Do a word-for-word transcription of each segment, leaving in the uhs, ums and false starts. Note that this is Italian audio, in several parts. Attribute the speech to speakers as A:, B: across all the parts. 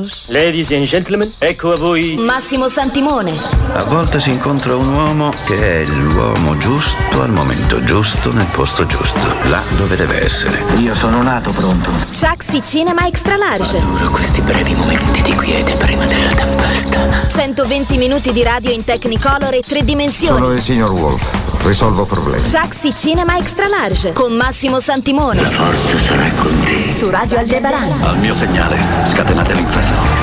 A: House.
B: Ladies and gentlemen, ecco a voi
C: Massimo Santimone.
D: A volte si incontra un uomo che è l'uomo giusto al momento giusto nel posto giusto, là dove deve essere.
E: Io sono nato pronto.
C: Chaxi Cinema Extra Large.
E: Adoro questi brevi momenti di quiete prima della tempesta.
C: centoventi minuti di radio in Technicolor e tre dimensioni.
F: Sono il signor Wolf, risolvo problemi.
C: Chaxi Cinema Extra Large con Massimo Santimone.
E: La forza sarà con te.
C: Su Radio Aldebaran.
D: Al mio segnale, scatenate l'inferno.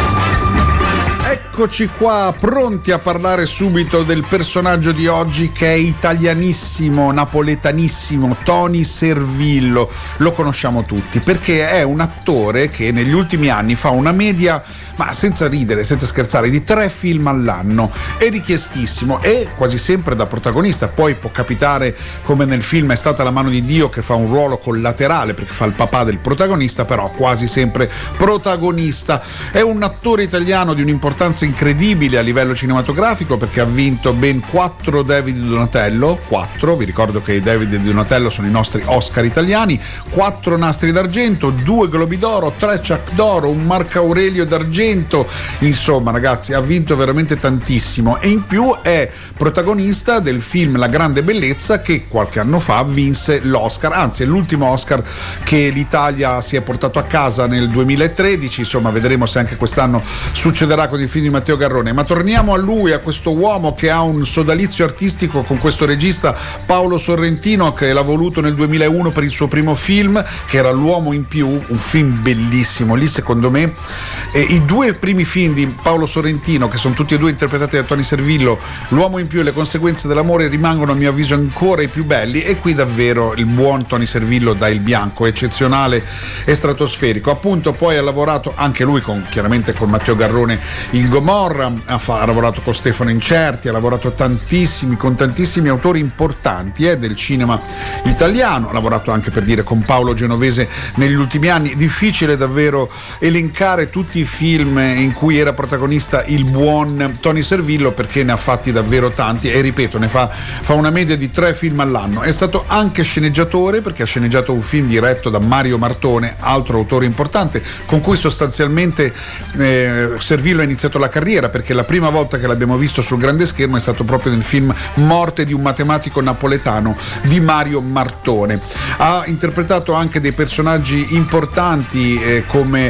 A: Eccoci qua, pronti a parlare subito del personaggio di oggi, che è italianissimo, napoletanissimo, Tony Servillo. Lo conosciamo tutti perché è un attore che negli ultimi anni fa una media, ma senza ridere, senza scherzare, di tre film all'anno. È richiestissimo e quasi sempre da protagonista. Poi può capitare, come nel film È stata la mano di Dio, che fa un ruolo collaterale perché fa il papà del protagonista, però quasi sempre protagonista. È un attore italiano di un'importanza incredibile a livello cinematografico, perché ha vinto ben quattro David di Donatello, quattro, vi ricordo che i David di Donatello sono i nostri Oscar italiani, quattro Nastri d'Argento, due Globi d'Oro, tre Ciak d'Oro, un Marco Aurelio d'Argento. Insomma ragazzi, ha vinto veramente tantissimo e in più è protagonista del film La Grande Bellezza, che qualche anno fa vinse l'Oscar, anzi è l'ultimo Oscar che l'Italia si è portato a casa nel duemilatredici. Insomma, vedremo se anche quest'anno succederà con il film di Matteo Garrone. Ma torniamo a lui, a questo uomo che ha un sodalizio artistico con questo regista Paolo Sorrentino, che l'ha voluto nel duemilauno per il suo primo film, che era L'uomo in più, un film bellissimo. Lì secondo me eh, i due primi film di Paolo Sorrentino, che sono tutti e due interpretati da Tony Servillo, L'uomo in più e Le conseguenze dell'amore, rimangono a mio avviso ancora i più belli, e qui davvero il buon Tony Servillo dà il bianco, eccezionale e stratosferico. Appunto poi ha lavorato anche lui con, chiaramente con Matteo Garrone in Gomorra, ha, fa, ha lavorato con Stefano Incerti, ha lavorato tantissimi con tantissimi autori importanti eh, del cinema italiano, ha lavorato anche, per dire, con Paolo Genovese negli ultimi anni. Difficile davvero elencare tutti i film in cui era protagonista il buon Tony Servillo, perché ne ha fatti davvero tanti e ripeto, ne fa, fa una media di tre film all'anno. È stato anche sceneggiatore, perché ha sceneggiato un film diretto da Mario Martone, altro autore importante, con cui sostanzialmente eh, Servillo ha iniziato la carriera, perché la prima volta che l'abbiamo visto sul grande schermo è stato proprio nel film Morte di un matematico napoletano di Mario Martone. Ha interpretato anche dei personaggi importanti eh, come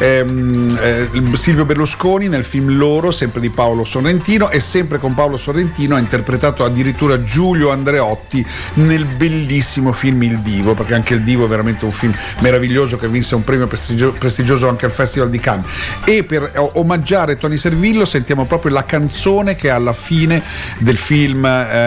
A: ehm, eh, Silvio Berlusconi nel film Loro, sempre di Paolo Sorrentino, e sempre con Paolo Sorrentino ha interpretato addirittura Giulio Andreotti nel bellissimo film Il Divo, perché anche Il Divo è veramente un film meraviglioso che vinse un premio prestigio- prestigioso anche al Festival di Cannes. E per omaggiare Tony Servillo sentiamo proprio la canzone che alla fine del film eh,